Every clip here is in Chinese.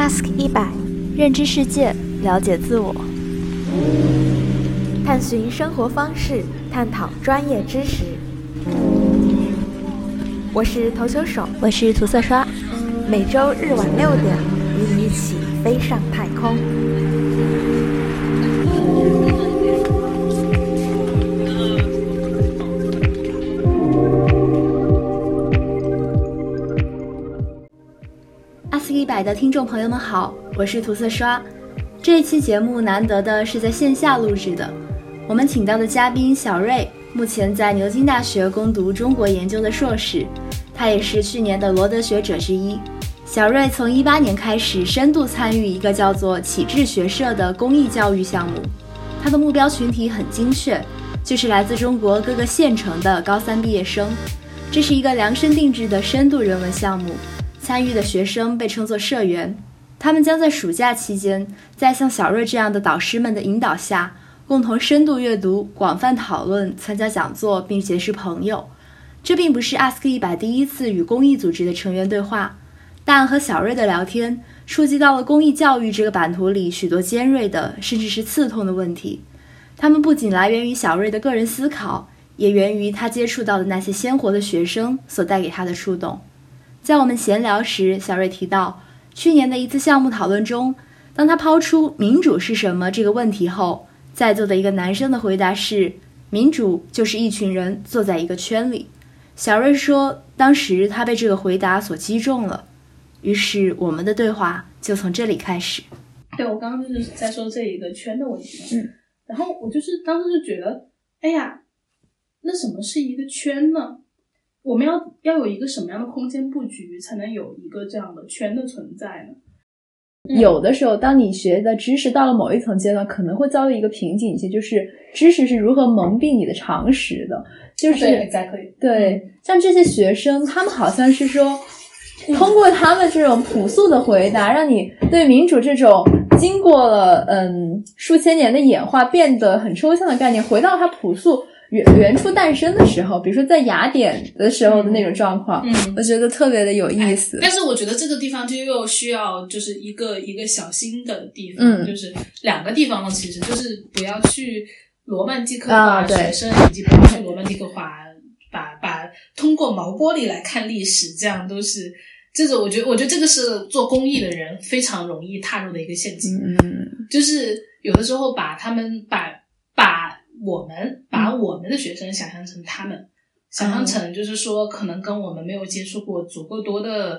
Ask 100，认知世界，了解自我，探寻生活方式，探讨专业知识。我是头球手， 我是涂色刷， 每周日晚6点，与你一起飞上太空。 Ask 100的听众朋友们好，我是涂色刷。这一期节目难得的是在线下录制的，我们请到的嘉宾小瑞，目前在牛津大学攻读中国研究的硕士，他也是去年的罗德学者之一。小瑞从18年开始深度参与一个叫做启智学社的公益教育项目，他的目标群体很精确，就是来自中国各个县城的高3毕业生。这是一个量身定制的深度人文项目，参与的学生被称作社员，他们将在暑假期间，在像小瑞这样的导师们的引导下，共同深度阅读、广泛讨论、参加讲座，并结识朋友。这并不是 Ask 100第一次与公益组织的成员对话，但和小瑞的聊天触及到了公益教育这个版图里许多尖锐的，甚至是刺痛的问题。他们不仅来源于小瑞的个人思考，也源于他接触到的那些鲜活的学生所带给他的触动。在我们闲聊时，小瑞提到，去年的一次项目讨论中，当他抛出民主是什么这个问题后，在座的一个男生的回答是，民主就是一群人坐在一个圈里。小瑞说，当时他被这个回答所击中了，于是我们的对话就从这里开始。 对，我刚刚就是在说这一个圈的问题嘛，然后我就是当时就觉得，哎呀，那什么是一个圈呢？我们要有一个什么样的空间布局，才能有一个这样的圈的存在呢？ 有的时候当你学的知识到了某一层阶段，可能会遭遇一个瓶颈期，就是知识是如何蒙蔽你的常识的，就是对，像这些学生，他们好像是说通过他们这种朴素的回答，让你对民主这种经过了数千年的演化变得很抽象的概念，回到它朴素原初诞生的时候，比如说在雅典的时候的那种状况，我觉得特别的有意思。 但是我觉得这个地方就又需要就是一个小心的地方，就是两个地方呢，其实就是不要去罗曼蒂克化学生，以及不要去罗曼蒂克化把通过毛玻璃来看历史，这样都是这个我觉得这个是做公益的人非常容易踏入的一个陷阱。就是有的时候把我们的学生想象成他们，想象成就是说可能跟我们没有接触过足够多的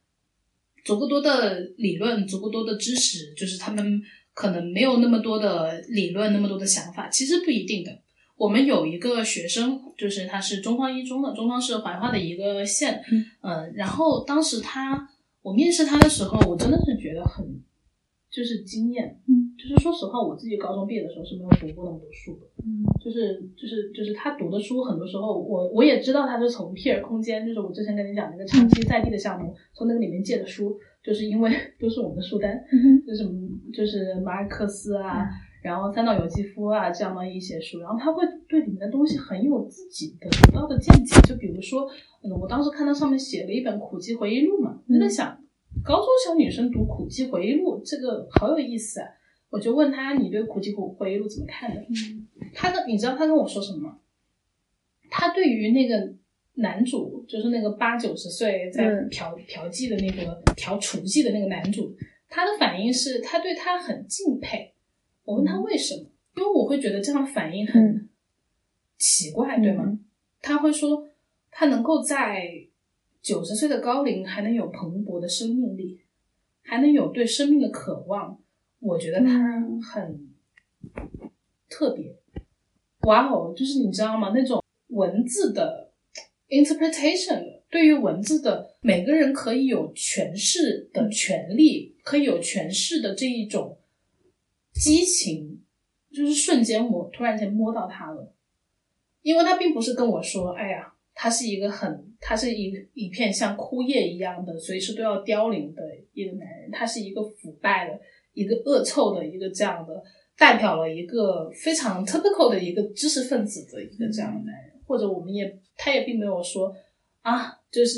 理论，足够多的知识，就是他们可能没有那么多的理论，那么多的想法，其实不一定的。我们有一个学生，就是他是中方一中的，中方是怀化的一个县，然后当时我面试他的时候，我真的是觉得很就是惊艳，就是说实话，我自己高中毕业的时候是没有读过那么多书的，就是他读的书，很多时候我也知道他是从皮尔空间，就是我之前跟你讲那个长期在地的项目，从那个里面借的书，就是因为都是我们的书单，就是马尔克斯啊，然后三岛由纪夫啊这样的一些书，然后他会对里面的东西很有自己的独到的见解，就比如说，我当时看到上面写了一本苦记回忆录嘛，我在想，高中小女生读苦记回忆录，这个好有意思啊！我就问他，你对苦记回忆录怎么看的？你知道他跟我说什么吗？他对于那个男主，就是那个80-90岁在嫖妓的那个嫖雏妓的那个男主，他的反应是他对他很敬佩。我问他为什么，因为我会觉得这样反应很奇怪，对吗？他会说他能够在90岁的高龄还能有蓬勃的生命力，还能有对生命的渴望，我觉得他很特别。哇哦，就是你知道吗，那种文字的 interpretation， 对于文字的每个人可以有诠释的权利，可以有诠释的这一种激情，就是瞬间我突然间摸到他了。因为他并不是跟我说，哎呀，他是一片像枯叶一样的随时都要凋零的一个男人，他是一个腐败的一个恶臭的一个这样的，代表了一个非常 typical 的一个知识分子的一个这样的男人，或者他也并没有说啊，就是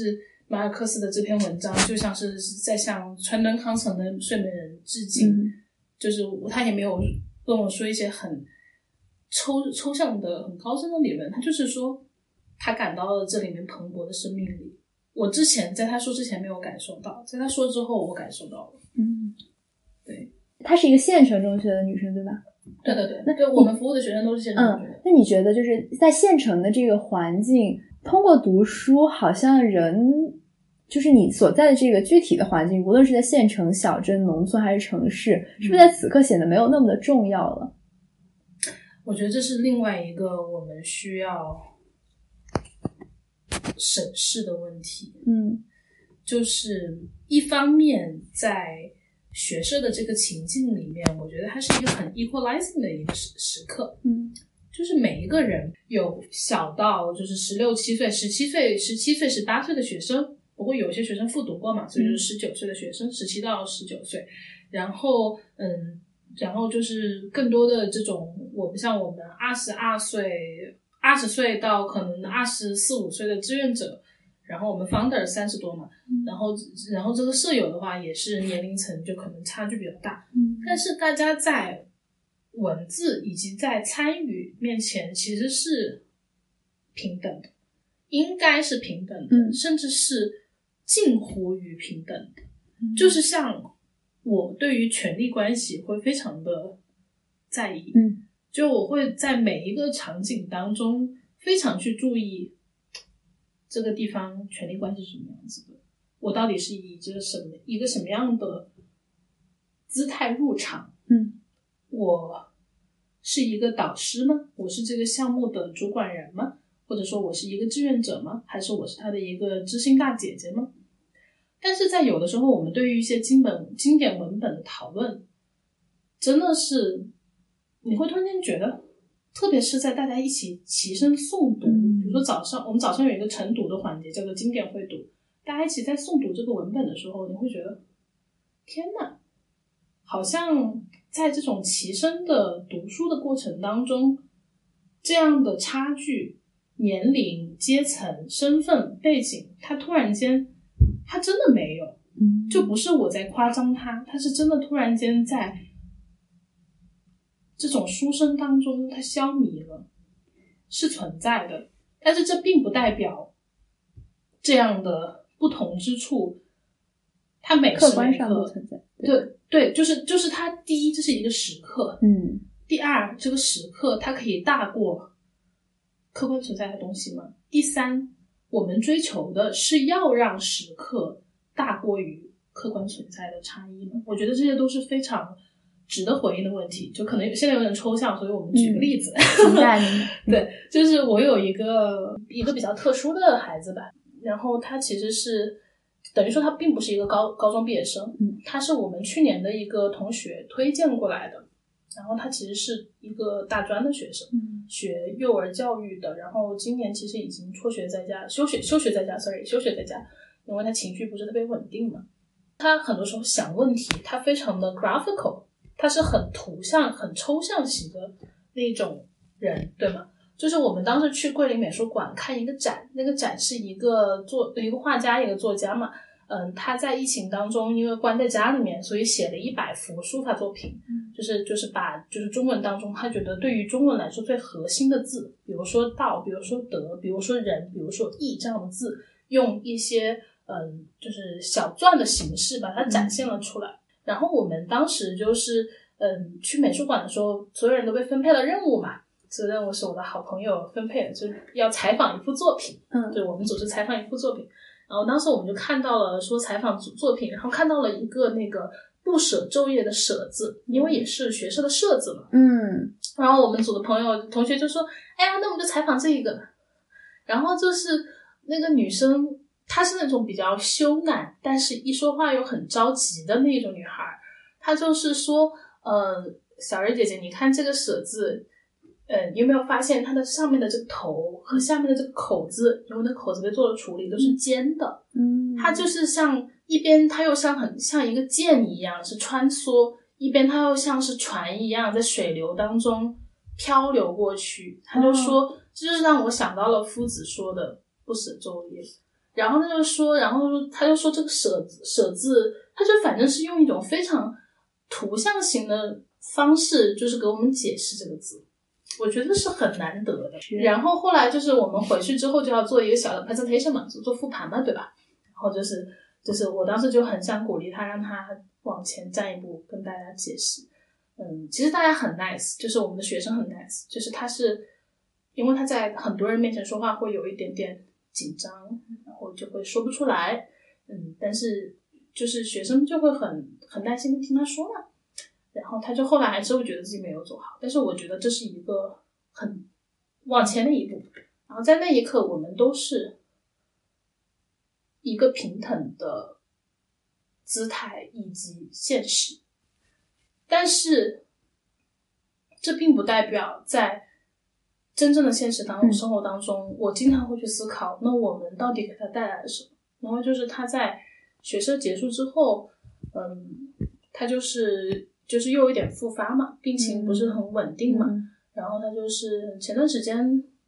马尔克斯的这篇文章就像是在向川端康成的睡美人致敬，就是他也没有跟我说一些很抽象的很高深的理论，他就是说他感到了这里面蓬勃的生命力。我之前在他说之前没有感受到，在他说之后我感受到了。对， 她是一个县城中学的女生对吧？ 对，对，我们服务的学生都是县城中学。 那你觉得就是在县城的这个环境，通过读书好像人就是你所在的这个具体的环境，无论是在县城、小镇、农村还是城市，是不是在此刻显得没有那么的重要了？ 我觉得这是另外一个我们需要审视的问题。就是一方面在学社的这个情境里面，我觉得它是一个很 equalizing 的一个时刻。就是每一个人有小到就是16、17岁、17岁、18岁的学生，不过有些学生复读过嘛，所以就是19岁的学生，17到19岁。然后就是更多的这种，像我们20岁到可能24、25岁的志愿者，然后我们 founder 30多嘛，然后这个舍友的话也是年龄层就可能差距比较大，但是大家在文字以及在参与面前其实是平等的，应该是平等的，甚至是近乎于平等的。就是像我对于权力关系会非常的在意，就我会在每一个场景当中非常去注意这个地方权力关系是什么样子的，我到底是以一个什么样的姿态入场，我是一个导师吗？我是这个项目的主管人吗？或者说我是一个志愿者吗？还是我是他的一个知心大姐姐吗？但是在有的时候我们对于一些经典文本的讨论，真的是你会突然间觉得，特别是在大家一起齐声诵读，比如说我们早上有一个晨读的环节叫做经典会读，大家一起在诵读这个文本的时候，你会觉得天哪，好像在这种齐声的读书的过程当中，这样的差距，年龄、阶层、身份、背景，它突然间它真的没有，就不是我在夸张它是真的突然间在这种书声当中它消弭了，是存在的。但是这并不代表这样的不同之处它每时每刻客观上都存在。 对，就是它第一这是一个时刻，第二这个时刻它可以大过客观存在的东西吗？第三，我们追求的是要让时刻大过于客观存在的差异吗？我觉得这些都是非常值得回应的问题，就可能现在有点抽象，所以我们举个例子。对，就是我有一个比较特殊的孩子吧，然后他其实是等于说他并不是一个高中毕业生，他是我们去年的一个同学推荐过来的，然后他其实是一个大专的学生，学幼儿教育的，然后今年其实已经休学在家，因为他情绪不是特别稳定嘛。他很多时候想问题，他非常的 graphical， 他是很图像很抽象型的那种人，对吗？就是我们当时去桂林美术馆看一个展，那个展是一个画家一个作家嘛，他在疫情当中因为关在家里面，所以写了100幅书法作品，就是把就是中文当中他觉得对于中文来说最核心的字，比如说道，比如说德，比如说仁，比如说义这样的字，用一些就是小篆的形式把它展现了出来。然后我们当时就是去美术馆的时候，所有人都被分配了任务嘛，这个任务是我的好朋友分配的，就是要采访一幅作品，对，我们组织采访一幅作品。然后当时我们就看到了说采访作品，然后看到了一个那个不舍昼夜的舍字，因为也是学社的社字嘛，然后我们组的同学就说，哎呀，那我们就采访这一个。然后就是那个女生，她是那种比较羞赧，但是一说话又很着急的那种女孩，她就是说，小瑞姐姐，你看这个舍字，你有没有发现它的上面的这个头和下面的这个口子，因为那口子被做了处理，都是尖的，它就是像一边它又很像一个剑一样是穿梭，一边它又像是船一样在水流当中漂流过去。他就说，这就是让我想到了夫子说的不舍昼夜。 然后他就说这个舍字，他就反正是用一种非常图像型的方式，就是给我们解释这个字，我觉得是很难得的。然后后来就是我们回去之后就要做一个小的 presentation 嘛，做复盘嘛，对吧？然后就是我当时就很想鼓励他，让他往前站一步跟大家解释。其实大家很 nice， 就是我们的学生很 nice， 就是他是因为他在很多人面前说话会有一点点紧张，然后就会说不出来，但是就是学生就会很耐心的听他说嘛，然后他就后来还是会觉得自己没有做好，但是我觉得这是一个很往前的一步，然后在那一刻我们都是一个平等的姿态以及现实，但是这并不代表在真正的现实生活当中，我经常会去思考，那我们到底给他带来了什么？然后就是他在学社结束之后，他就是又有一点复发嘛，病情不是很稳定嘛，然后他就是前段时间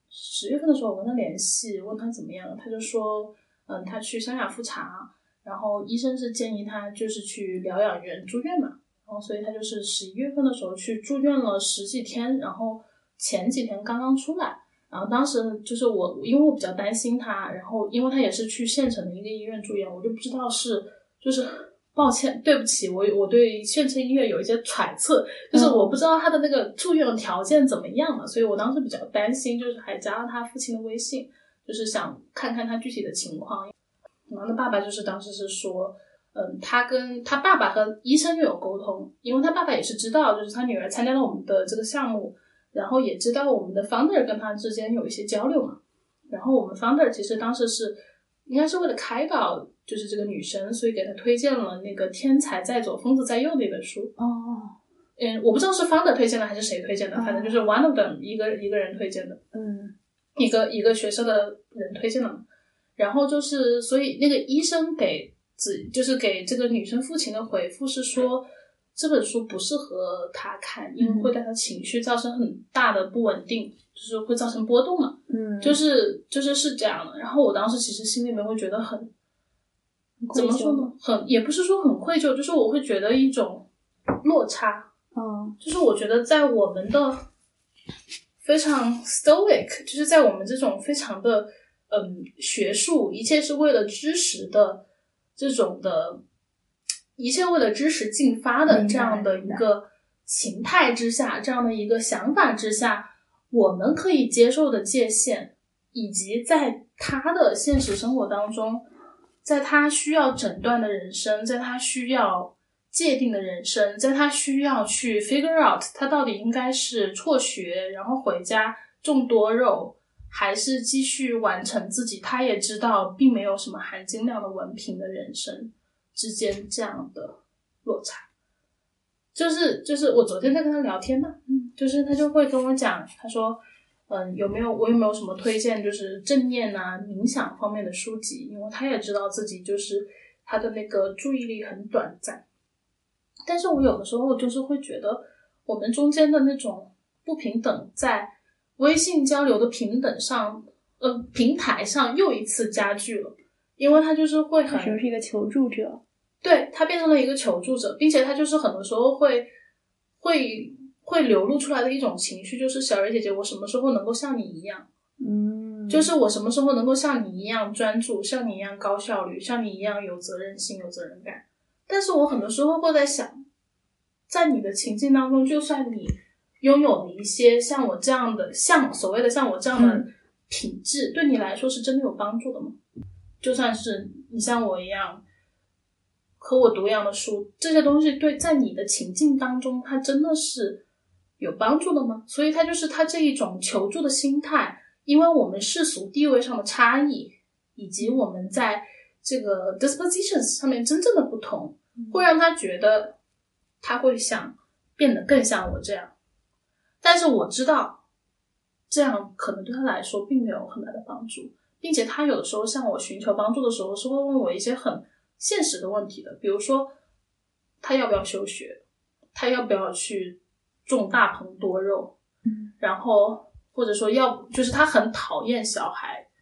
10月份的时候我跟他联系，问他怎么样，他就说，他去三亚复查，然后医生是建议他就是去疗养院住院嘛，然后所以他就是11月份的时候去住院了10几天，然后前几天刚刚出来，然后当时就是因为我比较担心他，然后因为他也是去县城的一个医院住院，我就不知道就是抱歉对不起，我对县城医院有一些揣测，就是我不知道他的那个住院条件怎么样嘛，所以我当时比较担心，就是还加了他父亲的微信，就是想看看他具体的情况。然后他爸爸就是当时是说他跟他爸爸和医生又有沟通，因为他爸爸也是知道就是他女儿参加了我们的这个项目，然后也知道我们的 founder 跟他之间有一些交流嘛，然后我们 founder 其实当时是应该是为了开导就是这个女生，所以给他推荐了那个天才在左疯子在右的一本书。我不知道是 founder 推荐的还是谁推荐的，反正就是 one of them 一个人推荐的，一个学社的人推荐的嘛。然后就是所以那个医生给这个女生父亲的回复是说，这本书不适合他看，因为会对他情绪造成很大的不稳定，就是会造成波动嘛。就是这样的。然后我当时其实心里面会觉得很怎么说呢，也不是说很愧疚，就是我会觉得一种落差。就是我觉得在我们的非常 stoic， 就是在我们这种非常的学术，一切是为了知识的这种的，一切为了知识进发的这样的一个形态之下，这样的一个想法之下，我们可以接受的界限，以及在他的现实生活当中，在他需要诊断的人生，在他需要界定的人生，在他需要去 figure out 他到底应该是辍学然后回家种多肉，还是继续完成自己他也知道并没有什么含金量的文凭的人生之间这样的落差。就是我昨天在跟他聊天嘛，就是他就会跟我讲，他说我有没有什么推荐就是正念啊冥想方面的书籍，因为他也知道自己就是他的那个注意力很短暂，但是我有的时候就是会觉得我们中间的那种不平等在微信交流的平台上又一次加剧了，因为他就是会那时候是一个求助者， 对，他变成了一个求助者，并且他就是很多时候会流露出来的一种情绪，就是小蕊姐姐，我什么时候能够像你一样，就是我什么时候能够像你一样专注，像你一样高效率，像你一样有责任心有责任感。但是我很多时候会在想，在你的情境当中，就算你拥有了一些像我这样的所谓的像我这样的品质，对你来说是真的有帮助的吗？就算是你像我一样和我读一样的书，这些东西在你的情境当中它真的是有帮助的吗？所以它就是它这一种求助的心态，因为我们世俗地位上的差异，以及我们在这个 dispositions 上面真正的不同，会让他觉得他会想变得更像我这样，但是我知道这样可能对他来说并没有很大的帮助，并且他有的时候向我寻求帮助的时候是会问我一些很现实的问题的，比如说他要不要休学，他要不要去种大棚多肉，然后或者说就是他很讨厌小孩，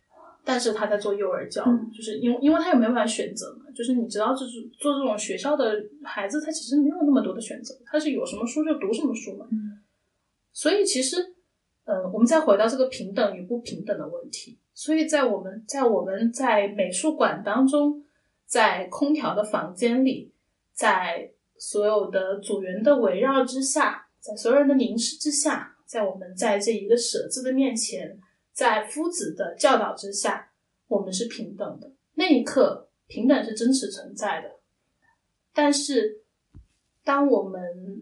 但是他在做幼儿教育，就是因为他也没办法选择嘛，就是你知道就是做这种学校的孩子他其实没有那么多的选择，他是有什么书就读什么书嘛。所以其实我们再回到这个平等与不平等的问题，所以在我们在美术馆当中，在空调的房间里，在所有的组员的围绕之下，在所有人的凝视之下，在我们在这一个舍字的面前，在夫子的教导之下，我们是平等的。那一刻平等是真实存在的。但是当我们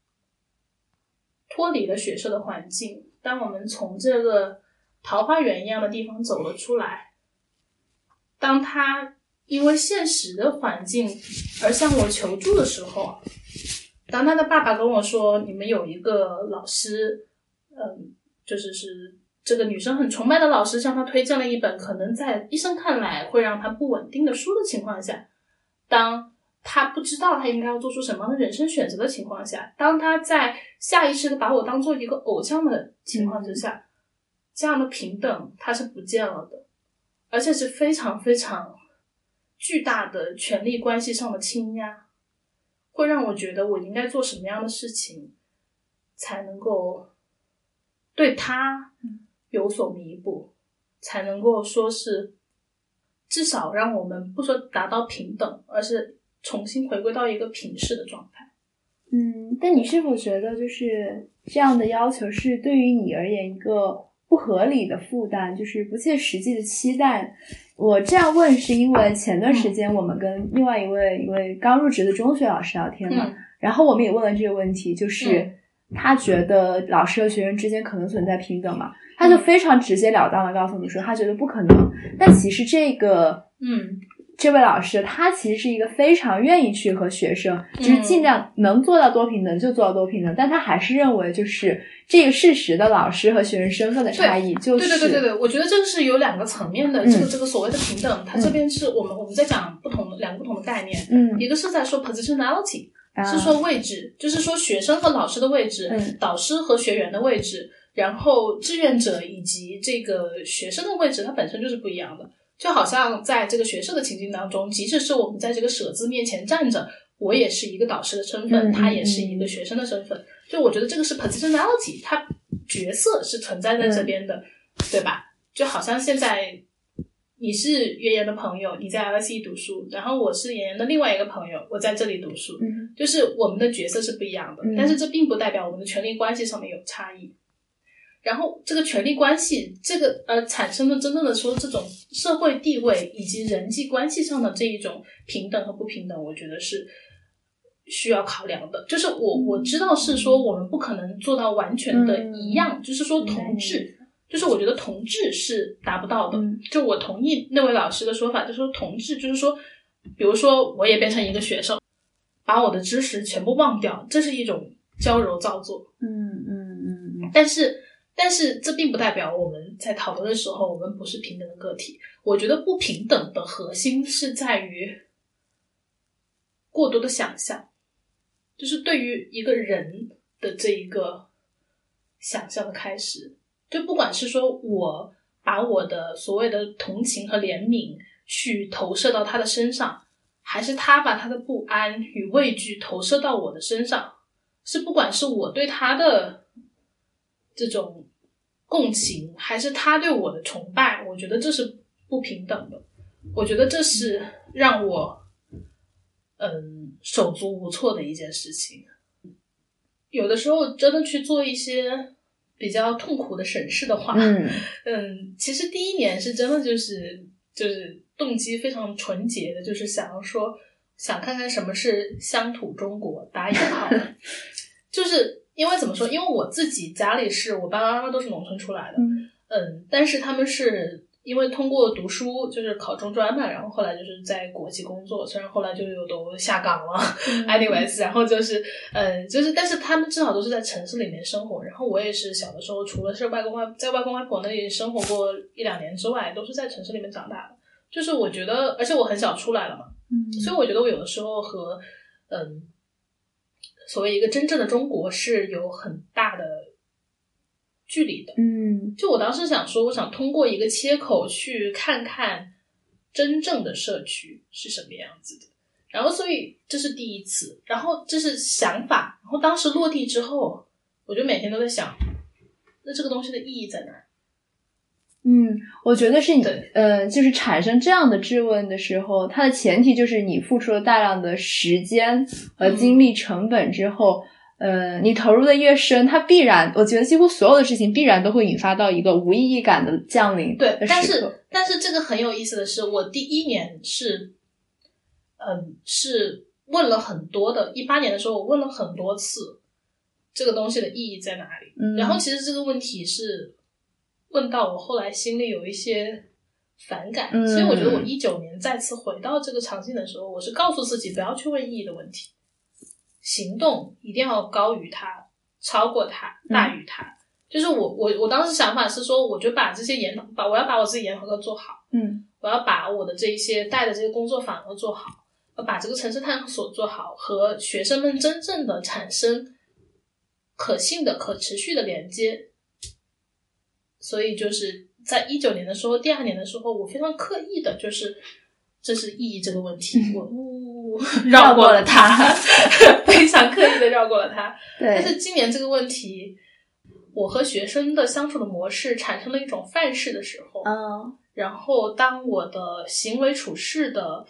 脱离了学社的环境，当我们从这个桃花源一样的地方走了出来，当他因为现实的环境而向我求助的时候，当他的爸爸跟我说你们有一个老师就是这个女生很崇拜的老师向他推荐了一本可能在医生看来会让他不稳定的书的情况下，当他不知道他应该要做出什么样的人生选择的情况下，当他在下意识的把我当做一个偶像的情况之下，这样的平等它是不见了的，而且是非常非常巨大的权力关系上的倾压，会让我觉得我应该做什么样的事情才能够对他有所弥补，才能够说是至少让我们不说达到平等，而是重新回归到一个平视的状态。 但你是否觉得就是这样的要求是对于你而言一个不合理的负担，就是不切实际的期待？我这样问是因为前段时间我们跟另外一位刚入职的中学老师聊天嘛，然后我们也问了这个问题，就是他觉得老师和学生之间可能存在平等嘛，他就非常直截了当的告诉你说他觉得不可能。但其实这位老师他其实是一个非常愿意去和学生就是尽量能做到多平等就做到多平等，但他还是认为就是这个事实的老师和学生身份的差异，就是对，我觉得这个是有两个层面的，这个所谓的平等，它这边是我们在讲两个不同的概念，一个是在说 positionality，是说位置，就是说学生和老师的位置，导师和学员的位置，然后志愿者以及这个学生的位置它本身就是不一样的。就好像在这个学社的情境当中，即使是我们在这个舍字面前站着，我也是一个导师的身份，他也是一个学生的身份，就我觉得这个是 positionality， 他角色是存在在这边的，对吧？就好像现在你是袁岩的朋友，你在 LSE 读书，然后我是袁岩的另外一个朋友，我在这里读书，就是我们的角色是不一样的，但是这并不代表我们的权力关系上面有差异。然后这个权力关系这个产生的真正的说这种社会地位以及人际关系上的这一种平等和不平等，我觉得是需要考量的。就是我知道是说我们不可能做到完全的一样，就是说同质，就是我觉得同质是达不到的。就我同意那位老师的说法，就是说同质就是说比如说我也变成一个学生，把我的知识全部忘掉，这是一种矫揉造作。但是这并不代表我们在讨论的时候我们不是平等的个体。我觉得不平等的核心是在于过多的想象，就是对于一个人的这一个想象的开始，就不管是说我把我的所谓的同情和怜悯去投射到他的身上，还是他把他的不安与畏惧投射到我的身上，是不管是我对他的这种共情还是他对我的崇拜，我觉得这是不平等的。我觉得这是让我手足无措的一件事情。有的时候真的去做一些比较痛苦的审视的话，其实第一年是真的就是动机非常纯洁的，就是想看看什么是乡土中国打引号就是因为怎么说，因为我自己家里是我爸爸妈妈都是农村出来的，但是他们是因为通过读书就是考中专嘛，然后后来就是在国企工作，虽然后来就有都下岗了anyways， 然后就是但是他们至少都是在城市里面生活，然后我也是小的时候除了是在外公外婆那里生活过1-2年之外，都是在城市里面长大的。就是我觉得而且我很小出来了嘛，所以我觉得我有的时候和所谓一个真正的中国是有很大的距离的。 就我当时想说，我想通过一个切口去看看真正的社区是什么样子的。然后所以这是第一次，然后这是想法，然后当时落地之后，我就每天都在想，那这个东西的意义在哪？ 我觉得是你就是产生这样的质问的时候，它的前提就是你付出了大量的时间和精力成本之后，你投入的越深，它必然，我觉得几乎所有的事情必然都会引发到一个无意义感的降临的时刻。 对，但是这个很有意思的是，我第一年是问了很多的，18年的时候我问了很多次这个东西的意义在哪里，然后其实这个问题是问到我后来心里有一些反感，所以我觉得我19年再次回到这个场景的时候，我是告诉自己不要去问意义的问题，行动一定要高于它，超过它，大于它。就是我当时想法是说，我就把这些我要把我自己研讨课做好，我要把我的这一些带的这些工作坊都做好，要把这个城市探索做好，和学生们真正的产生可信的可持续的连接。所以就是在19年的时候，第2年的时候，我非常刻意的就是这是意义这个问题，我绕过了它非常刻意的绕过了它。但是今年这个问题，我和学生的相处的模式产生了一种范式的时候，然后当我的行为处事的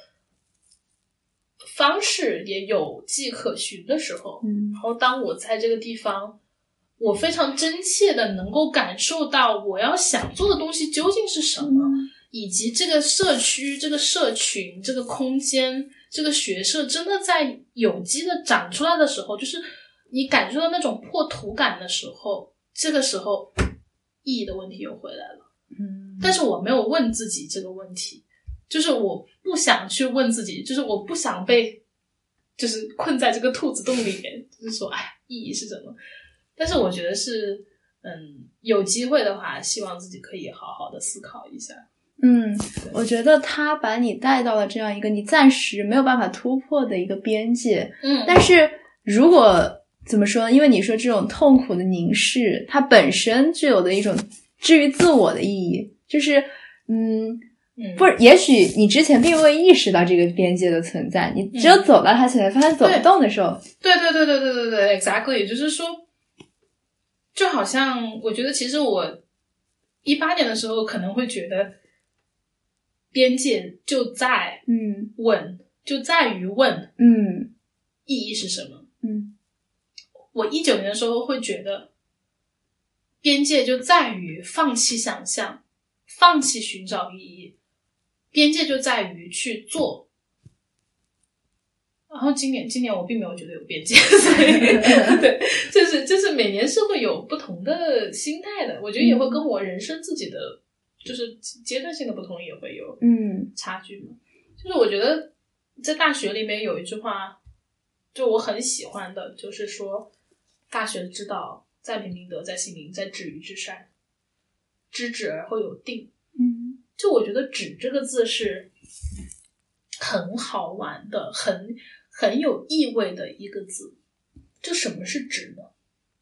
方式也有迹可循的时候，然后当我在这个地方，我非常真切的能够感受到我要想做的东西究竟是什么，以及这个社区、这个社群、这个空间、这个学社真的在有机的长出来的时候，就是你感受到那种破土感的时候，这个时候意义的问题又回来了。但是我没有问自己这个问题，就是我不想去问自己，就是我不想被就是困在这个兔子洞里面，就是说意义是什么。但是我觉得是有机会的话，希望自己可以好好的思考一下。 我觉得他把你带到了这样一个你暂时没有办法突破的一个边界。但是如果怎么说呢？因为你说这种痛苦的凝视，它本身具有的一种治愈自我的意义，就是不是，也许你之前并未意识到这个边界的存在，你只有走到它前面发现走不动的时候。 对 exactly， 就是说就好像我觉得其实我18年的时候可能会觉得边界就在问，就在于问意义是什么。我19年的时候会觉得边界就在于放弃想象，放弃寻找意义，边界就在于去做。然后今年我并没有觉得有边界，所以对，就是每年是会有不同的心态的，我觉得也会跟我人生自己的就是阶段性的不同也会有差距嘛。就是我觉得在大学里面有一句话就我很喜欢的，就是说大学之道在明明德，在亲民，在止于至善，知止而后有定。就我觉得止这个字是很好玩的，很有意味的一个字。就什么是止呢？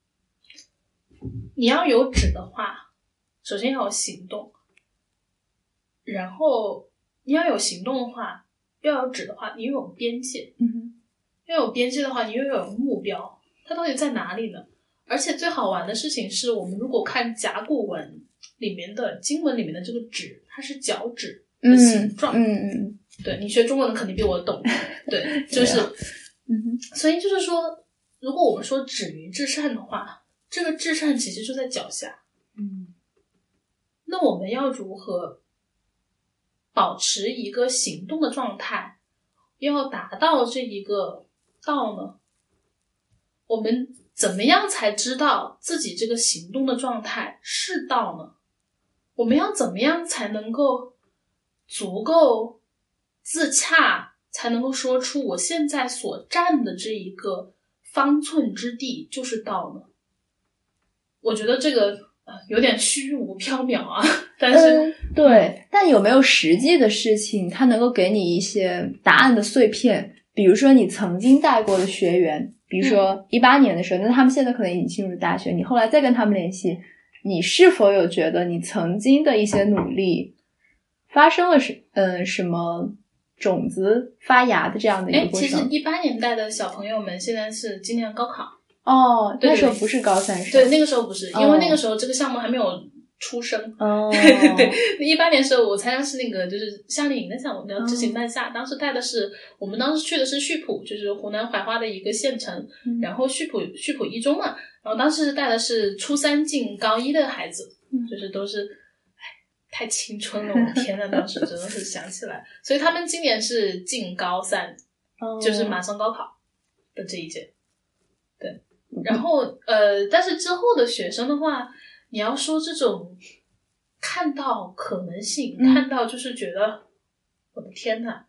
你要有止的话，首先要有行动，然后你要有行动的话，要有止的话，你又有边界。要有边界的话，你又有目标，它到底在哪里呢？而且最好玩的事情是，我们如果看甲骨文里面的经文里面的这个止，它是脚趾的形状。对，你学中文的肯定比我懂。对，就是所以就是说，如果我们说止于至善的话，这个至善其实就在脚下。那我们要如何保持一个行动的状态，要达到这一个道呢？我们怎么样才知道自己这个行动的状态是道呢？我们要怎么样才能够足够自洽，才能够说出我现在所站的这一个方寸之地就是道呢？我觉得这个有点虚无缥缈啊，但是对，但有没有实际的事情它能够给你一些答案的碎片？比如说你曾经带过的学员，比如说18年的时候，那他们现在可能已经进入大学，你后来再跟他们联系， 你是否有觉得你曾经的一些努力发生了什么种子发芽的这样的一个过程？ 其实18年代的小朋友们现在是今年高考那时候不是高三生。 对，那个时候不是，因为那个时候这个项目还没有出生。对，18年的时候我参加是那个就是夏令营的项目叫知行半夏，当时带的是我们当时去的是溆浦，就是湖南怀化的一个县城，然后溆浦一中嘛，然后当时带的是初三进高一的孩子，就是都是太青春了，我天呐，当时真的是想起来，所以他们今年是进高三，就是马上高考的这一届。对，然后但是之后的学生的话，你要说这种看到可能性，看到就是觉得我的天呐，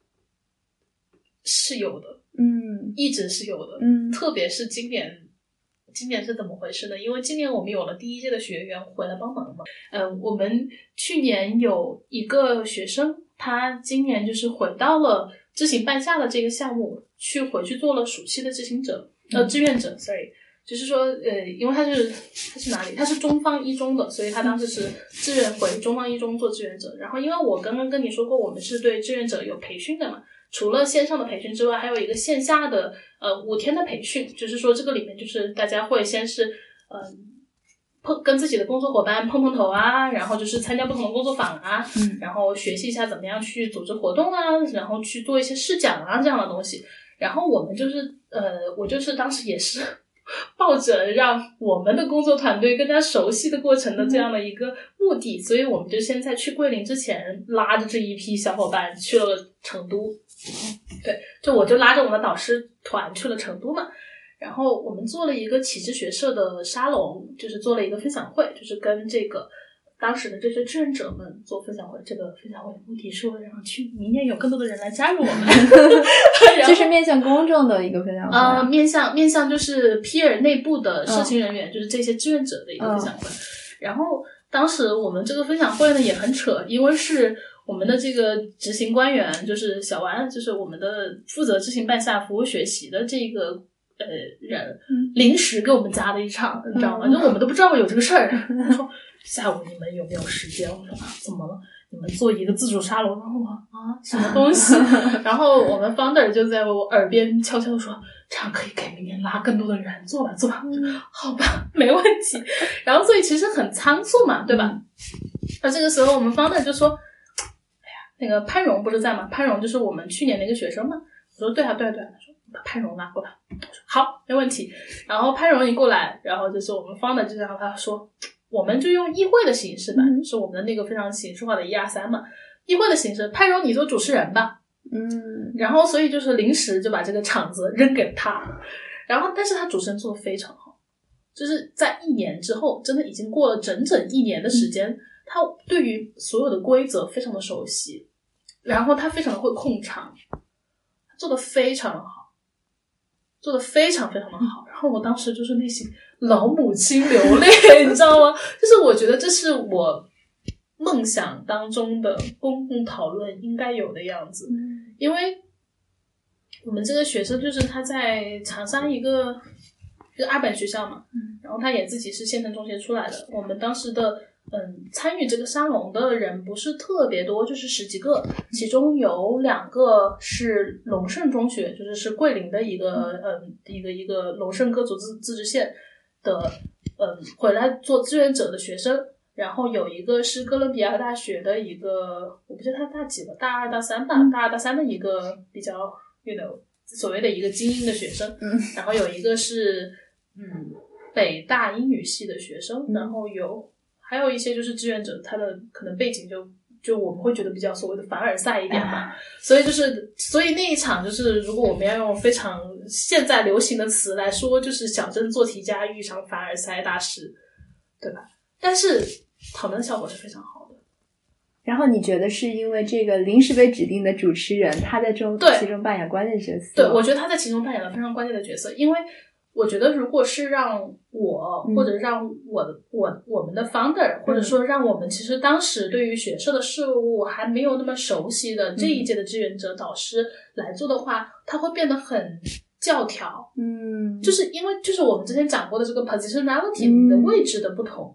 是有的，一直是有的，特别是今年是怎么回事呢？因为今年我们有了第一届的学员回来帮忙嘛。我们去年有一个学生，他今年就是回到了知行半夏的这个项目，回去做了暑期的志愿者 sorry， 就是说因为他是哪里？他是中方一中的，所以他当时是志愿回中方一中做志愿者。然后因为我刚刚跟你说过，我们是对志愿者有培训的嘛。除了线上的培训之外，还有一个线下的5天的培训，就是说这个里面就是大家会先是跟自己的工作伙伴碰头啊，然后就是参加不同的工作坊啊，然后学习一下怎么样去组织活动啊，然后去做一些试讲啊这样的东西。然后我们就是我就是当时也是抱着让我们的工作团队更加熟悉的过程的这样的一个目的，所以我们就先在去桂林之前拉着这一批小伙伴去了成都。对，我就拉着我们的导师团去了成都嘛，然后我们做了一个启智学社的沙龙，就是做了一个分享会，就是跟这个当时的这些志愿者们做分享会。这个分享会的目的是为了让明年有更多的人来加入我们就是面向公众的一个分享会面向就是 peer 内部的社青人员，就是这些志愿者的一个分享会。然后当时我们这个分享会呢也很扯，因为是我们的这个执行官员就是小丸，就是我们的负责知行半夏服务学习的这个人，临时给我们加了一场，你知道吗？就我们都不知道有这个事儿。然后下午你们有没有时间？我说怎么了？你们做一个自主沙龙。然后我什么东西？然后我们 founder 就在我耳边悄悄地说，这样可以给明年拉更多的人，做吧。好吧，没问题。然后所以其实很仓促嘛，对吧？那这个时候我们 founder 就说，那个潘荣不是在吗？潘荣就是我们去年的一个学生嘛。我说对啊。他说把潘荣拉过来。我说好，没问题。然后潘荣一过来，然后就是我们founder就让他说，我们就用议会的形式吧，就是我们的那个非常形式化的123嘛，议会的形式。潘荣你做主持人吧。然后所以就是临时就把这个场子扔给了他。然后但是他主持人做得非常好，就是在1年之后，真的已经过了整整1年的时间，他对于所有的规则非常的熟悉，然后他非常的会控场，他做得非常的好，做得非常非常的好。然后我当时就是内心老母亲流泪你知道吗？就是我觉得这是我梦想当中的公共讨论应该有的样子。因为我们这个学生就是他在长沙一个就是二本学校嘛，然后他也自己是县城中学出来的。我们当时的参与这个沙龙的人不是特别多，就是10几个，其中有2个是龙胜中学，就是桂林的一个一个龙胜各族自治县的回来做志愿者的学生。然后有一个是哥伦比亚大学的一个，我不知道他大几了，大2大3吧，大2大3的一个比较所谓的一个精英的学生。然后有一个是北大英语系的学生，然后还有一些就是志愿者，他的可能背景就我们会觉得比较所谓的凡尔赛一点嘛。所以那一场就是如果我们要用非常现在流行的词来说，就是小镇做题家遇上凡尔赛大师，对吧？但是讨论效果是非常好的。 然后你觉得是因为这个临时被指定的主持人他在其中扮演关键角色？ 对，我觉得他在其中扮演了非常关键的角色。因为我觉得如果是让我或者让我们的 founder 或者说让我们其实当时对于学社的事物还没有那么熟悉的这一届的志愿者导师来做的话，他会变得很教条。就是因为就是我们之前讲过的这个 positionality 的位置的不同，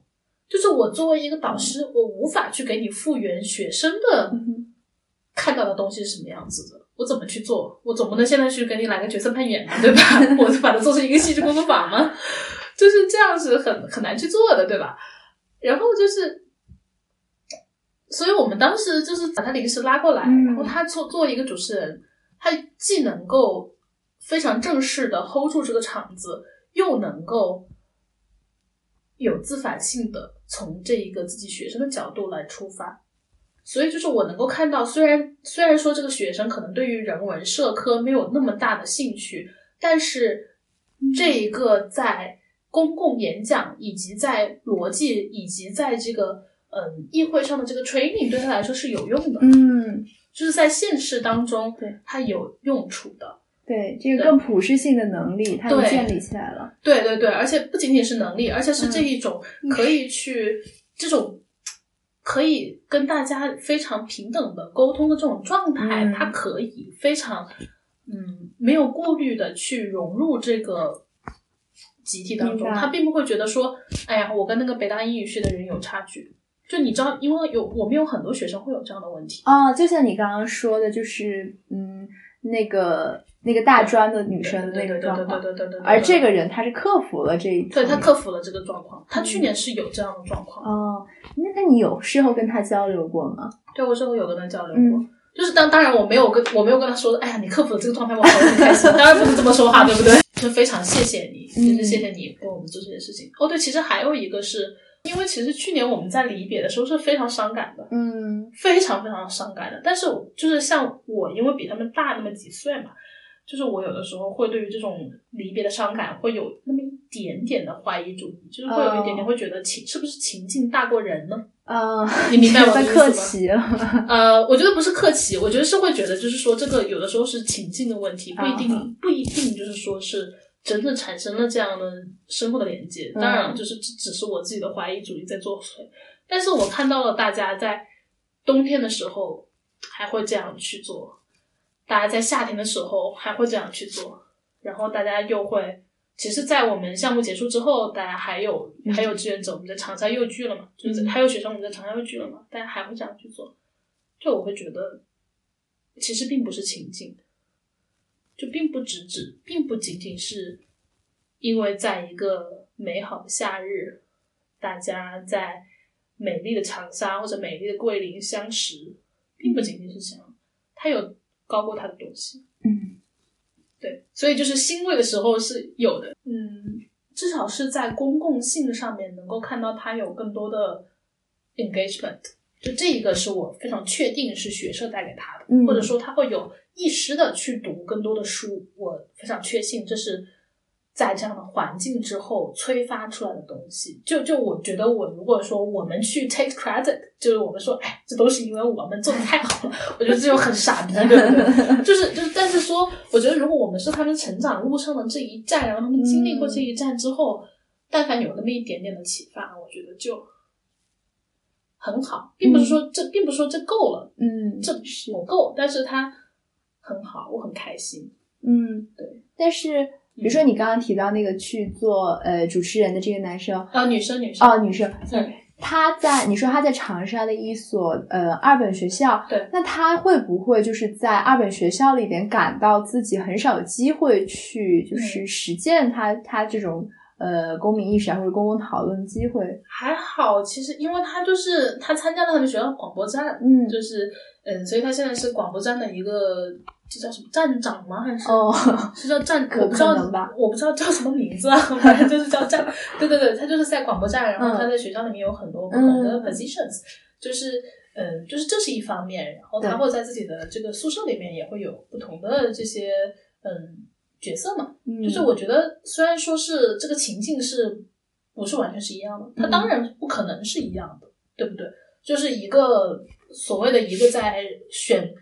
就是我作为一个导师，我无法去给你复原学生的看到的东西是什么样子的，我怎么去做？我总不能现在去给你来个角色扮演嘛，对吧？我就把它做成一个戏剧工作坊嘛，就是这样是很难去做的，对吧？然后就是，所以我们当时就是把他临时拉过来，然后他作为一个主持人，他既能够非常正式的 hold 住这个场子，又能够有自反性的从这一个自己学生的角度来出发。所以就是我能够看到，虽然说这个学生可能对于人文社科没有那么大的兴趣，但是这一个在公共演讲以及在逻辑以及在这个议会上的这个 training 对他来说是有用的，就是在现实当中他有用处的。 对，这个更普适性的能力它就建立起来了。 对对对，而且不仅仅是能力，而且是这一种可以去这种可以跟大家非常平等的沟通的这种状态，它可以非常没有顾虑的去融入这个集体当中，他并不会觉得说，哎呀，我跟那个北大英语系的人有差距。就你知道，因为我们有很多学生会有这样的问题啊，就像你刚刚说的，就是那个大专的女生的那个状况，对，而这个人他是克服了这一对，他克服了这个状况，他去年是有这样的状况。 哦，那你有事后跟他交流过吗？ 对，我事后有跟他交流过。就是当然我没有跟他说，哎呀，你克服了这个状态，我很开心。当然不是这么说话，对不对？就非常谢谢你，就是谢谢你跟我们做这件事情。哦，对，其实还有一个是因为其实去年我们在离别的时候是非常伤感的，非常非常伤感的。但是就是像我，因为比他们大那么几岁嘛，就是我有的时候会对于这种离别的伤感会有那么一点点的怀疑主义，就是会有一点点会觉得是不是情境大过人呢？你明白我的意思吗？ 客气了。 我觉得不是客气，我觉得是会觉得就是说这个有的时候是情境的问题，不一定就是说是真正产生了这样的深厚的连接。当然就是只是我自己的怀疑主义在作祟，但是我看到了大家在冬天的时候还会这样去做，大家在夏天的时候还会这样去做，然后大家又会，其实在我们项目结束之后，大家还有志愿者，我们在长沙又聚了嘛，就是还有学生我们在长沙又聚了嘛，大家还会这样去做。就我会觉得其实并不是情境，就并不仅仅是因为在一个美好的夏日，大家在美丽的长沙或者美丽的桂林相识，并不仅仅是这样，它有高过它的东西。对，所以就是欣慰的时候是有的，至少是在公共性上面能够看到它有更多的 engagement， 就这一个是我非常确定是学社带给他的，或者说他会有意识的去读更多的书，我非常确信这是在这样的环境之后催发出来的东西。就我觉得我如果说我们去 take credit， 就是我们说哎，这都是因为我们做的太好了，我觉得这就很傻逼，对不对？就是但是说我觉得如果我们是他们成长路上的这一站，然后他们经历过这一站之后，但凡有那么一点点的启发，我觉得就很好，并不是说这够了，这不够，但是它很好，我很开心。对。 但是比如说你刚刚提到那个去做主持人的这个男生， 女生女生，你说他在长沙的一所二本学校， 对， 那他会不会就是在二本学校里边感到自己很少有机会去就是实践他这种公民意识或者公共讨论机会？ 还好，其实因为他参加了他们学校的广播站，就是所以他现在是广播站的一个，这叫什么站长吗？还是是叫站？我不知道叫什么名字啊，反正就是叫站。对，他就是在广播站，然后他在学校里面有很多不同的 positions，就是这是一方面，然后他会在自己的这个宿舍里面也会有不同的这些角色嘛，就是我觉得虽然说是这个情境是不是完全是一样的，它当然不可能是一样的，对不对？就是一个所谓的一个在选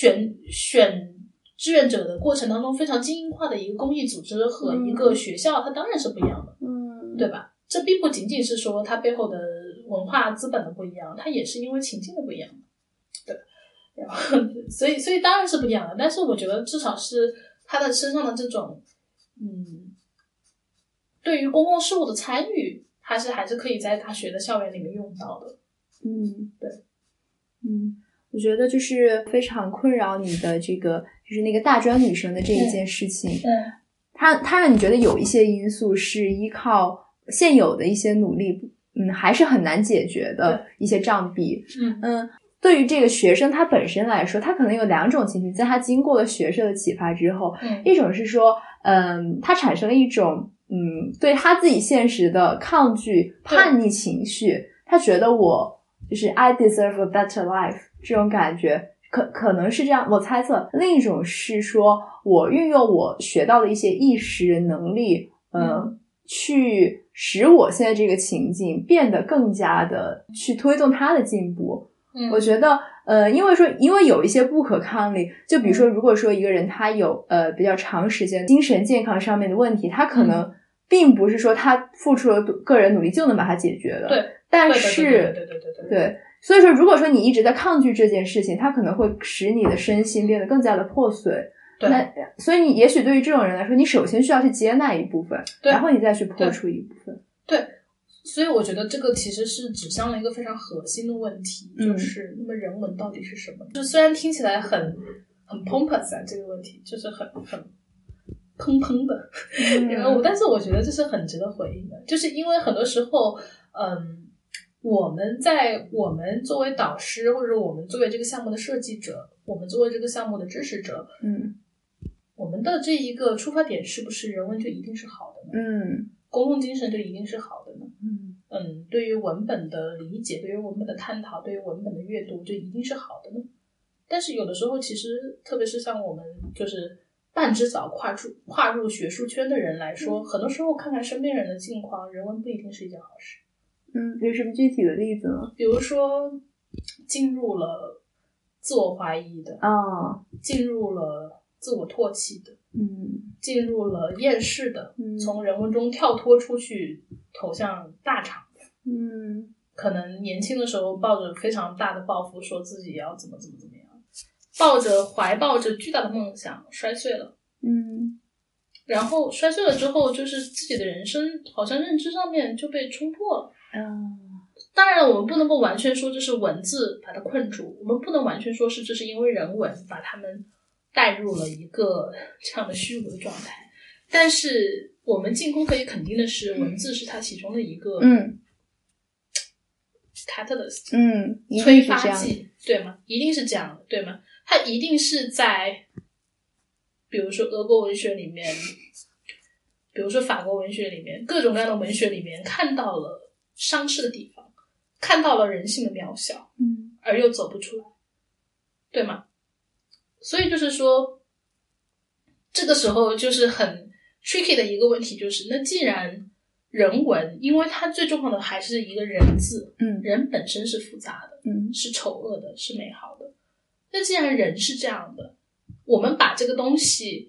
志愿者的过程当中非常精英化的一个公益组织和一个学校，它当然是不一样的，对吧？这并不仅仅是说它背后的文化资本的不一样，它也是因为情境的不一样的，对吧？然后所以当然是不一样的，但是我觉得至少是他的身上的这种对于公共事务的参与， 它是还是可以在大学的校园里面用到的。对， 我觉得就是非常困扰你的这个，就是那个大专女生的这一件事情。它让你觉得有一些因素是依靠现有的一些努力，还是很难解决的一些障壁。对于这个学生他本身来说，他可能有两种情绪，在他经过了学社的启发之后，一种是说，他产生了一种对他自己现实的抗拒、叛逆情绪，他觉得我就是 I deserve a better life 这种感觉。可能是这样，我猜测。另一种是说，我运用我学到的一些意识能力，去使我现在这个情境变得更加的去推动他的进步。我觉得，因为有一些不可抗力，就比如说，如果说一个人他有比较长时间精神健康上面的问题，他可能并不是说他付出了个人努力就能把它解决的。 对， 但是对。所以说，如果说你一直在抗拒这件事情，它可能会使你的身心变得更加的破碎。 对， 那所以你也许对于这种人来说，你首先需要去接纳一部分，然后你再去破除一部分。 对，所以我觉得这个其实是指向了一个非常核心的问题，就是那么人文到底是什么？就虽然听起来很 pompous 啊，这个问题就是很砰砰的，然后但是我觉得这是很值得回应的，就是因为很多时候，我们作为导师，或者我们作为这个项目的设计者，我们作为这个项目的支持者，我们的这一个出发点是不是人文就一定是好的呢？公共精神就一定是好的呢？对于文本的理解，对于文本的探讨，对于文本的阅读，就一定是好的呢？但是有的时候，其实特别是像我们就是半只脚跨入学术圈的人来说，很多时候看看身边人的境况，人文不一定是一件好事。 有什么具体的例子吗？ 比如说进入了自我怀疑的，进入了自我唾弃的，进入了厌世的，从人文中跳脱出去投向大厂的，可能年轻的时候抱着非常大的抱负，说自己要怎么样，怀抱着巨大的梦想摔碎了，然后摔碎了之后，就是自己的人生好像认知上面就被冲破了。当然了，我们不能够完全说这是文字把它困住，我们不能完全说是这是因为人文把他们带入了一个这样的虚无的状态。但是我们近乎可以肯定的是，文字是它其中的一个catalyst，催发剂，对吗？一定是这样的，对吗？它一定是在比如说俄国文学里面，比如说法国文学里面，各种各样的文学里面看到了伤势的地方，看到了人性的渺小，而又走不出来，对吗？所以就是说这个时候就是很 tricky 的一个问题，就是那既然人文，因为它最重要的还是一个人字，人本身是复杂的，是丑恶的，是美好的，那既然人是这样的，我们把这个东西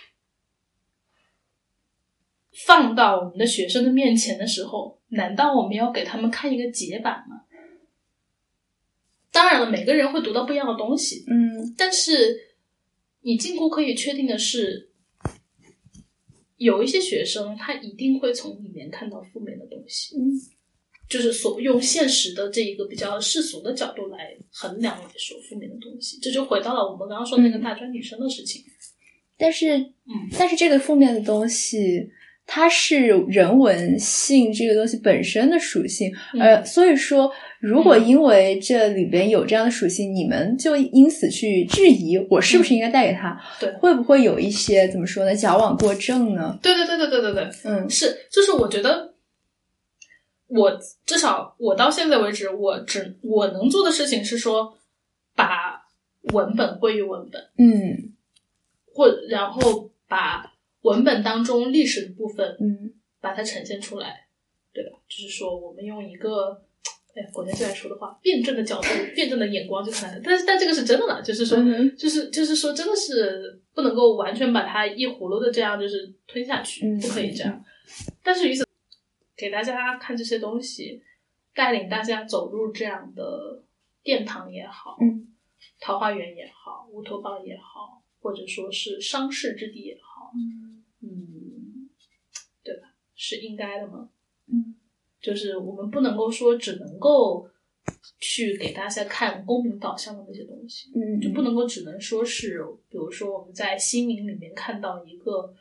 放到我们的学生的面前的时候，难道我们要给他们看一个解版吗？当然了，每个人会读到不一样的东西，但是你近乎可以确定的是，有一些学生他一定会从里面看到负面的东西，就是用现实的这一个比较世俗的角度来衡量来说负面的东西，这就回到了我们刚刚说那个大专女生的事情。 但是这个负面的东西它是人文性这个东西本身的属性，所以说如果因为这里边有这样的属性，你们就因此去质疑我是不是应该带给他， 对， 会不会有一些怎么说呢，矫枉过正呢？ 对，是，就是我觉得至少我到现在为止，我能做的事情是说把文本归于文本，然后把文本当中历史的部分，把它呈现出来，对吧？就是说我们用一个国家最爱说的话，辩证的角度、辩证的眼光就看它，但这个是真的了，就是说，就是说，真的是不能够完全把它一葫芦的这样就是吞下去，不可以这样。但是与此给大家看这些东西，带领大家走入这样的殿堂也好，桃花源也好，乌托邦也好，或者说是商事之地也好，对吧？是应该的吗？ 就是我们不能够说只能够去给大家看公民导向的那些东西，就不能够只能说是比如说我们在新民里面看到一个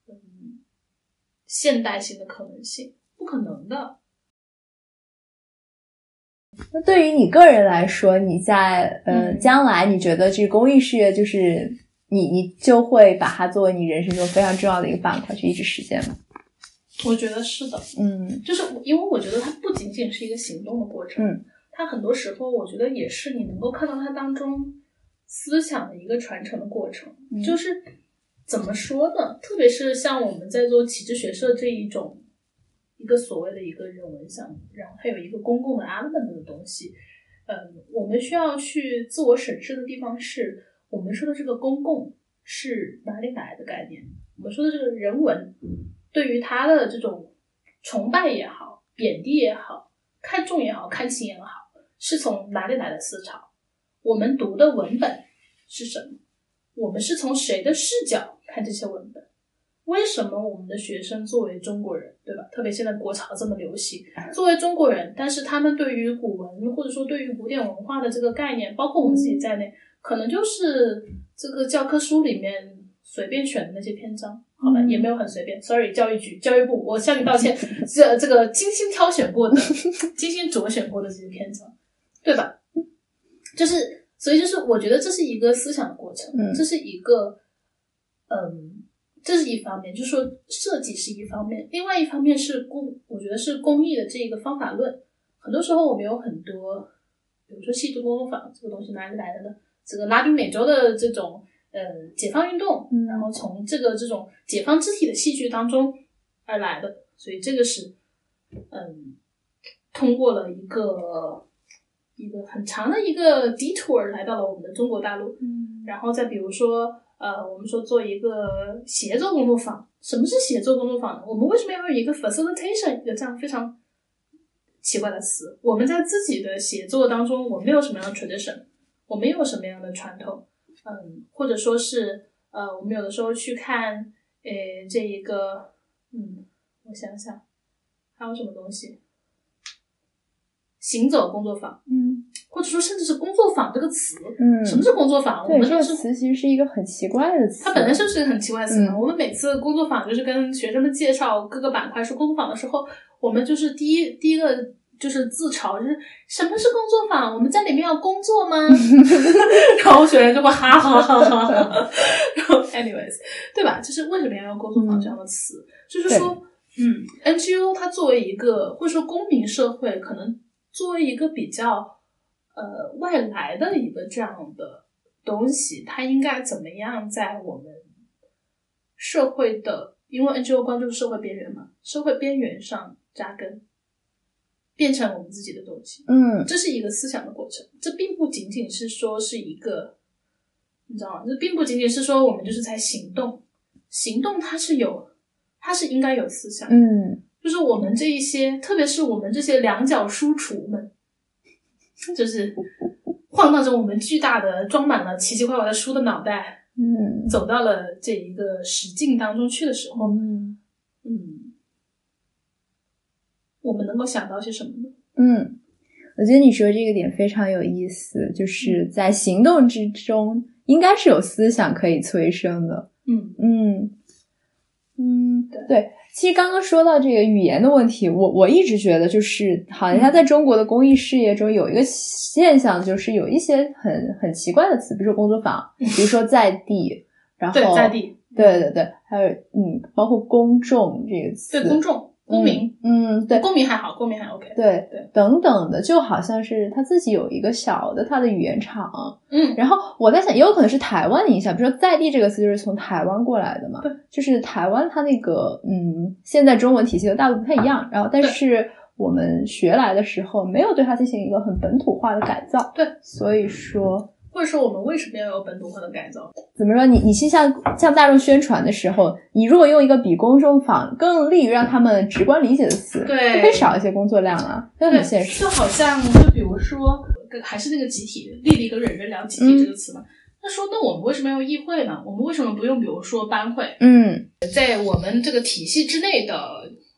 现代性的可能性，不可能的。 那对于你个人来说，你在将来你觉得这个公益事业就是你就会把它作为你人生中非常重要的一个板块去一直实现吗？ 我觉得是的，就是因为我觉得它不仅仅是一个行动的过程，它很多时候我觉得也是你能够看到它当中思想的一个传承的过程，就是怎么说呢？特别是像我们在做启智学社这一种一个所谓的一个人文项目，然后还有一个公共的 element 的东西，我们需要去自我审视的地方是，我们说的这个公共是哪里来的概念？我们说的这个人文，对于它的这种崇拜也好，贬低也好，看重也好，看轻也好，是从哪里来的思潮？我们读的文本是什么？我们是从谁的视角看这些文本？为什么我们的学生作为中国人，对吧？特别现在国潮这么流行，作为中国人，但是他们对于古文或者说对于古典文化的这个概念，包括我们自己在内，可能就是这个教科书里面随便选的那些篇章，好吧，也没有很随便 ，sorry， 教育部，我向你道歉，这个精心挑选过的、精心着选过的这些篇章，对吧？就是所以就是我觉得这是一个思想的过程，这是一个这是一方面，就是说设计是一方面，另外一方面是我觉得是公益的这一个方法论。很多时候我们有很多，比如说细致工作坊这个东西哪里来的呢？这个拉丁美洲的这种解放运动，然后从这种解放肢体的戏剧当中而来的，所以这个是通过了一个很长的一个 detour 来到了我们的中国大陆，然后再比如说我们说做一个协作工作坊，什么是协作工作坊呢？我们为什么要有一个 facilitation 一个这样非常奇怪的词？我们在自己的协作当中，我们有什么样的 tradition， 我们有什么样的传统，或者说是我们有的时候去看这一个我想想还有什么东西，行走工作坊，或者说甚至是工作坊这个词，什么是工作坊？ 对，这个词其实是一个很奇怪的词， 它本来就是一个很奇怪的词嘛。我们每次工作坊就是跟学生们介绍各个板块说工作坊的时候，我们就是第一个就是自嘲，就是什么是工作坊？我们在里面要工作吗？然后学生就会哈哈哈哈。然后 anyways， 对吧？就是为什么要用工作坊这样的词？就是说NGO 它作为一个或者说公民社会，可能作为一个比较外来的一个这样的东西，它应该怎么样在我们社会的，因为 NGO 关注社会边缘嘛，社会边缘上扎根，变成我们自己的东西。这是一个思想的过程，这并不仅仅是说是一个，你知道吗？这并不仅仅是说我们就是在行动它是应该有思想。就是我们这一些，特别是我们这些两脚书橱们，就是晃荡着我们巨大的装满了奇奇怪怪的书的脑袋，走到了这一个实境当中去的时候，我们能够想到些什么呢？ 我觉得你说这个点非常有意思，就是在行动之中应该是有思想可以催生的。对，其实刚刚说到这个语言的问题，我一直觉得就是好像在中国的公益事业中有一个现象，就是有一些很奇怪的词，比如说工作坊，比如说在地，然后对在地， 对，还有包括公众这个词， 对公众公民， 对， 公民还好，公民还 OK， 对等等的，就好像是他自己有一个小的他的语言场，然后我在想，也有可能是台湾的影响，比如说在地这个词就是从台湾过来的嘛， 对， 就是台湾它那个现在中文体系和大陆不太一样，然后但是我们学来的时候没有对它进行一个很本土化的改造， 对， 所以说。 或者说我们为什么要有本土化的改造？ 怎么说？你是向大众宣传的时候，你如果用一个比工众坊更利于让他们直观理解的词， 对， 就可以少一些工作量啊，这很现实。 就好像就比如说，还是那个集体，丽丽跟蕊蕊聊集体这个词嘛。他说，那我们为什么要议会呢？我们为什么不用比如说班会？在我们这个体系之内的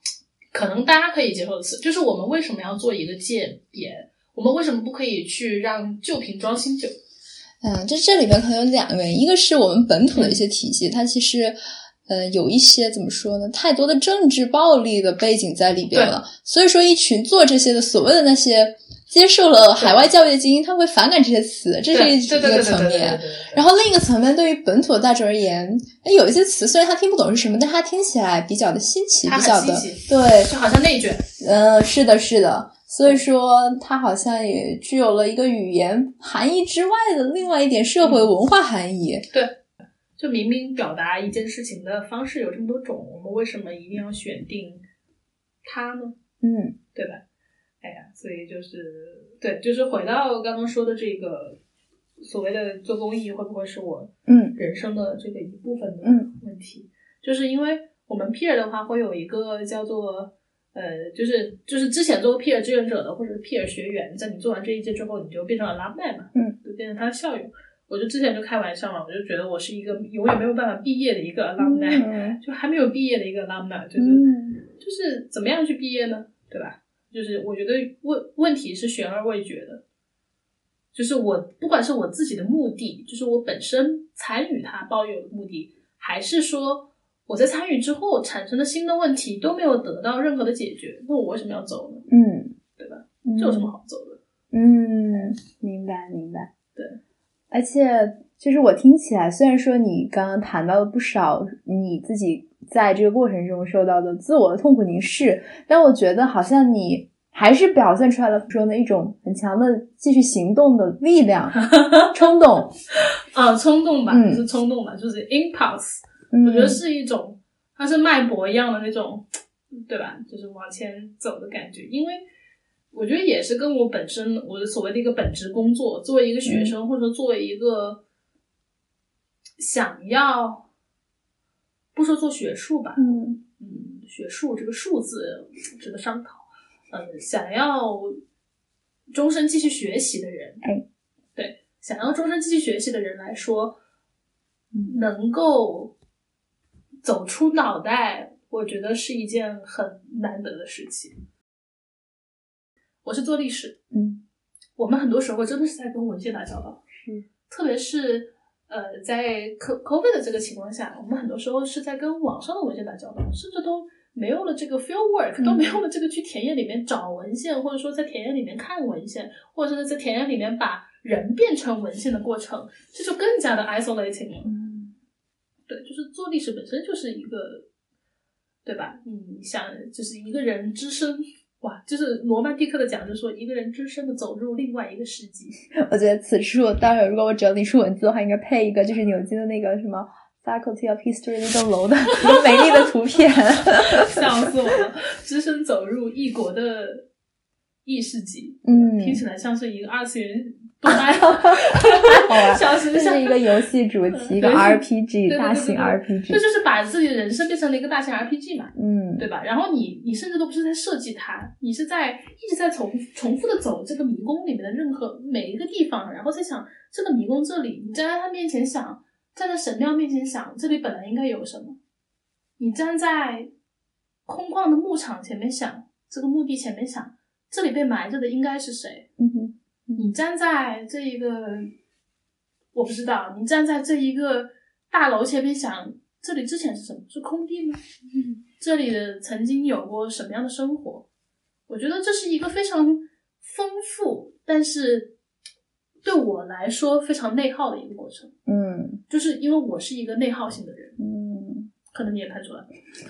可能大家可以接受的词，就是我们为什么要做一个界别，我们为什么不可以去让旧瓶装新酒？ 这里面可能有两个原因，一个是我们本土的一些体系，它其实有一些怎么说呢，太多的政治暴力的背景在里边了，所以说一群做这些的所谓的那些接受了海外教育的精英，他们会反感这些词，这是一个层面。然后另一个层面，对于本土的大众而言，有一些词虽然他听不懂是什么，但他听起来比较的新奇，比较的对， 就好像内卷。 是的，是的。所以说，它好像也具有了一个语言含义之外的另外一点社会文化含义。 对，就明明表达一件事情的方式有这么多种，我们为什么一定要选定它呢？对吧？哎呀，所以就是回到刚刚说的这个所谓的做公益会不会是我人生的这个一部分的问题？就是因为我们 peer 的话会有一个叫做就是之前做过 peer 志愿者的或者是 peer 学员，在你做完这一届之后，你就变成了 alumni 嘛，就变成他的校友。我就之前就开玩笑嘛，我就觉得我是一个永远没有办法毕业的一个 alumni，就还没有毕业的一个 alumni，就是怎么样去毕业呢？对吧？就是我觉得问题是悬而未决的，就是我不管是我自己的目的，就是我本身参与它抱有的目的，还是说我在参与之后产生的新的问题都没有得到任何的解决，那我为什么要走呢？对吧？这有什么好走的？ 明白。 对， 而且其实我听起来，虽然说你刚刚谈到了不少你自己在这个过程中受到的自我的痛苦凝视，但我觉得好像你还是表现出来了说的一种很强的继续行动的力量冲动冲动吧，不是冲动吧，就是 impulse，我觉得是一种它是脉搏一样的那种，对吧，就是往前走的感觉。因为我觉得也是跟我本身我的所谓的一个本职工作，作为一个学生或者说作为一个想要不说做学术吧，学术这个数字值得商讨，想要终身继续学习的人，对，想要终身继续学习的人来说，能够走出脑袋，我觉得是一件很难得的事情。我是做历史，我们很多时候真的是在跟文献打交道，特别是在 COVID 的这个情况下，我们很多时候是在跟网上的文献打交道，甚至都没有了这个 field work，都没有了这个去田野里面找文献，或者说在田野里面看文献，或者是在田野里面把人变成文献的过程，这就更加的 isolating 了。对，就是做历史本身就是一个，对吧？你想，就是一个人只身，哇，就是罗曼蒂克的讲，就是说一个人只身的走入另外一个世纪。 我觉得此处待会儿如果我整理出文字的话，应该配一个就是牛津的那个什么 Faculty of History 那栋楼的一个美丽的图片。 笑死我了！只身走入异国的异世纪，听起来像是一个二次元动漫， 这是一个游戏主题，一个 RPG， 大型 RPG， 这就是把自己的人生变成了一个大型 RPG 嘛，对吧？然后你甚至都不是在设计它，你是在一直在重复的走这个迷宫里面的任何每一个地方，然后在想这个迷宫这里，你站在它面前想，站在神庙面前想，这里本来应该有什么？你站在空旷的牧场前面想，这个墓地前面想，这里被埋着的应该是谁？你站在这一个，我不知道，你站在这一个大楼前面想，这里之前是什么？是空地吗？这里的曾经有过什么样的生活？我觉得这是一个非常丰富，但是对我来说非常内耗的一个过程。就是因为我是一个内耗型的人。可能你也看出来。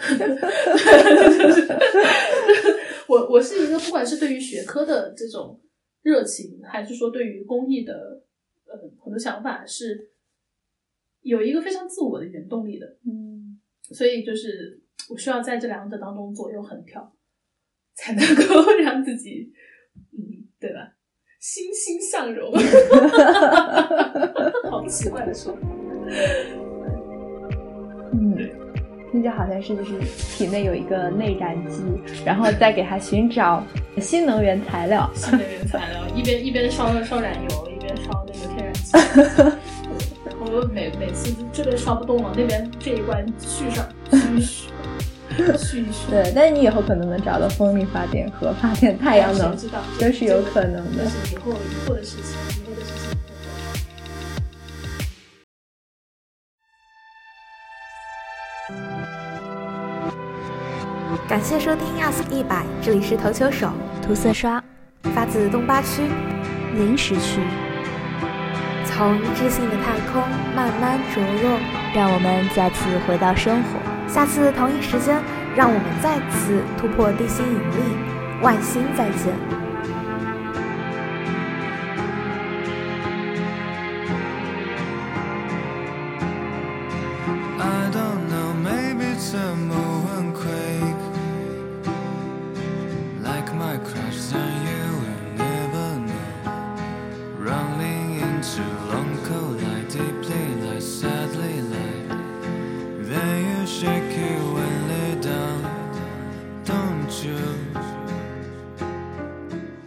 我是一个不管是对于学科的这种热情，还是说对于公益的很多想法，是有一个非常自我的原动力的。所以就是我需要在这两者当中左右横跳，才能够让自己对吧，欣欣向荣。好奇怪的说法。 听着好像是就是体内有一个内燃机，然后再给它寻找新能源材料， 一边烧燃油，一边烧那个天然气。然后每次这边烧不动了，那边这一关续上，继续。 对，但是你以后可能能找到风力发电和发电太阳能，这是有可能的。 这是以后的事情。 感谢收听 Ask 100，这里是投球手涂色刷， 发自东八区临时区， 从知性的太空慢慢着落， 让我们再次回到生活。 下次同一时间，让我们再次突破地心引力，万星再见。 Shake it when lay down, don't you